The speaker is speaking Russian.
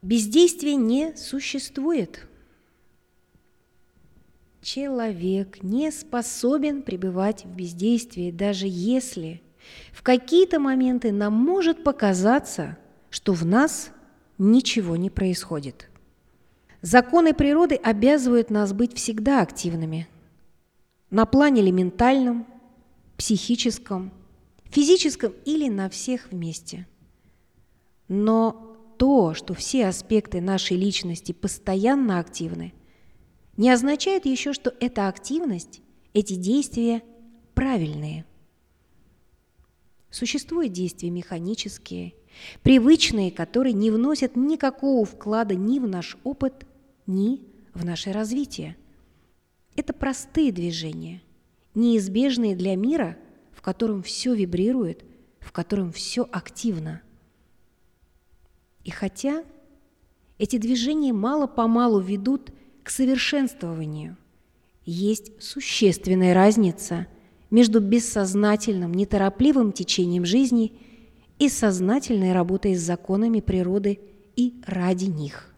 Бездействия не существует. Человек не способен пребывать в бездействии, даже если в какие-то моменты нам может показаться, что в нас ничего не происходит. Законы природы обязывают нас быть всегда активными на плане ментальном, психическом, физическом или на всех вместе. Но то, что все аспекты нашей личности постоянно активны, не означает еще, что эта активность, эти действия правильные. Существуют действия механические, привычные, которые не вносят никакого вклада ни в наш опыт, ни в наше развитие. Это простые движения, неизбежные для мира, в котором все вибрирует, в котором все активно. И хотя эти движения мало-помалу ведут к совершенствованию, есть существенная разница между бессознательным, неторопливым течением жизни и сознательной работой с законами природы и ради них.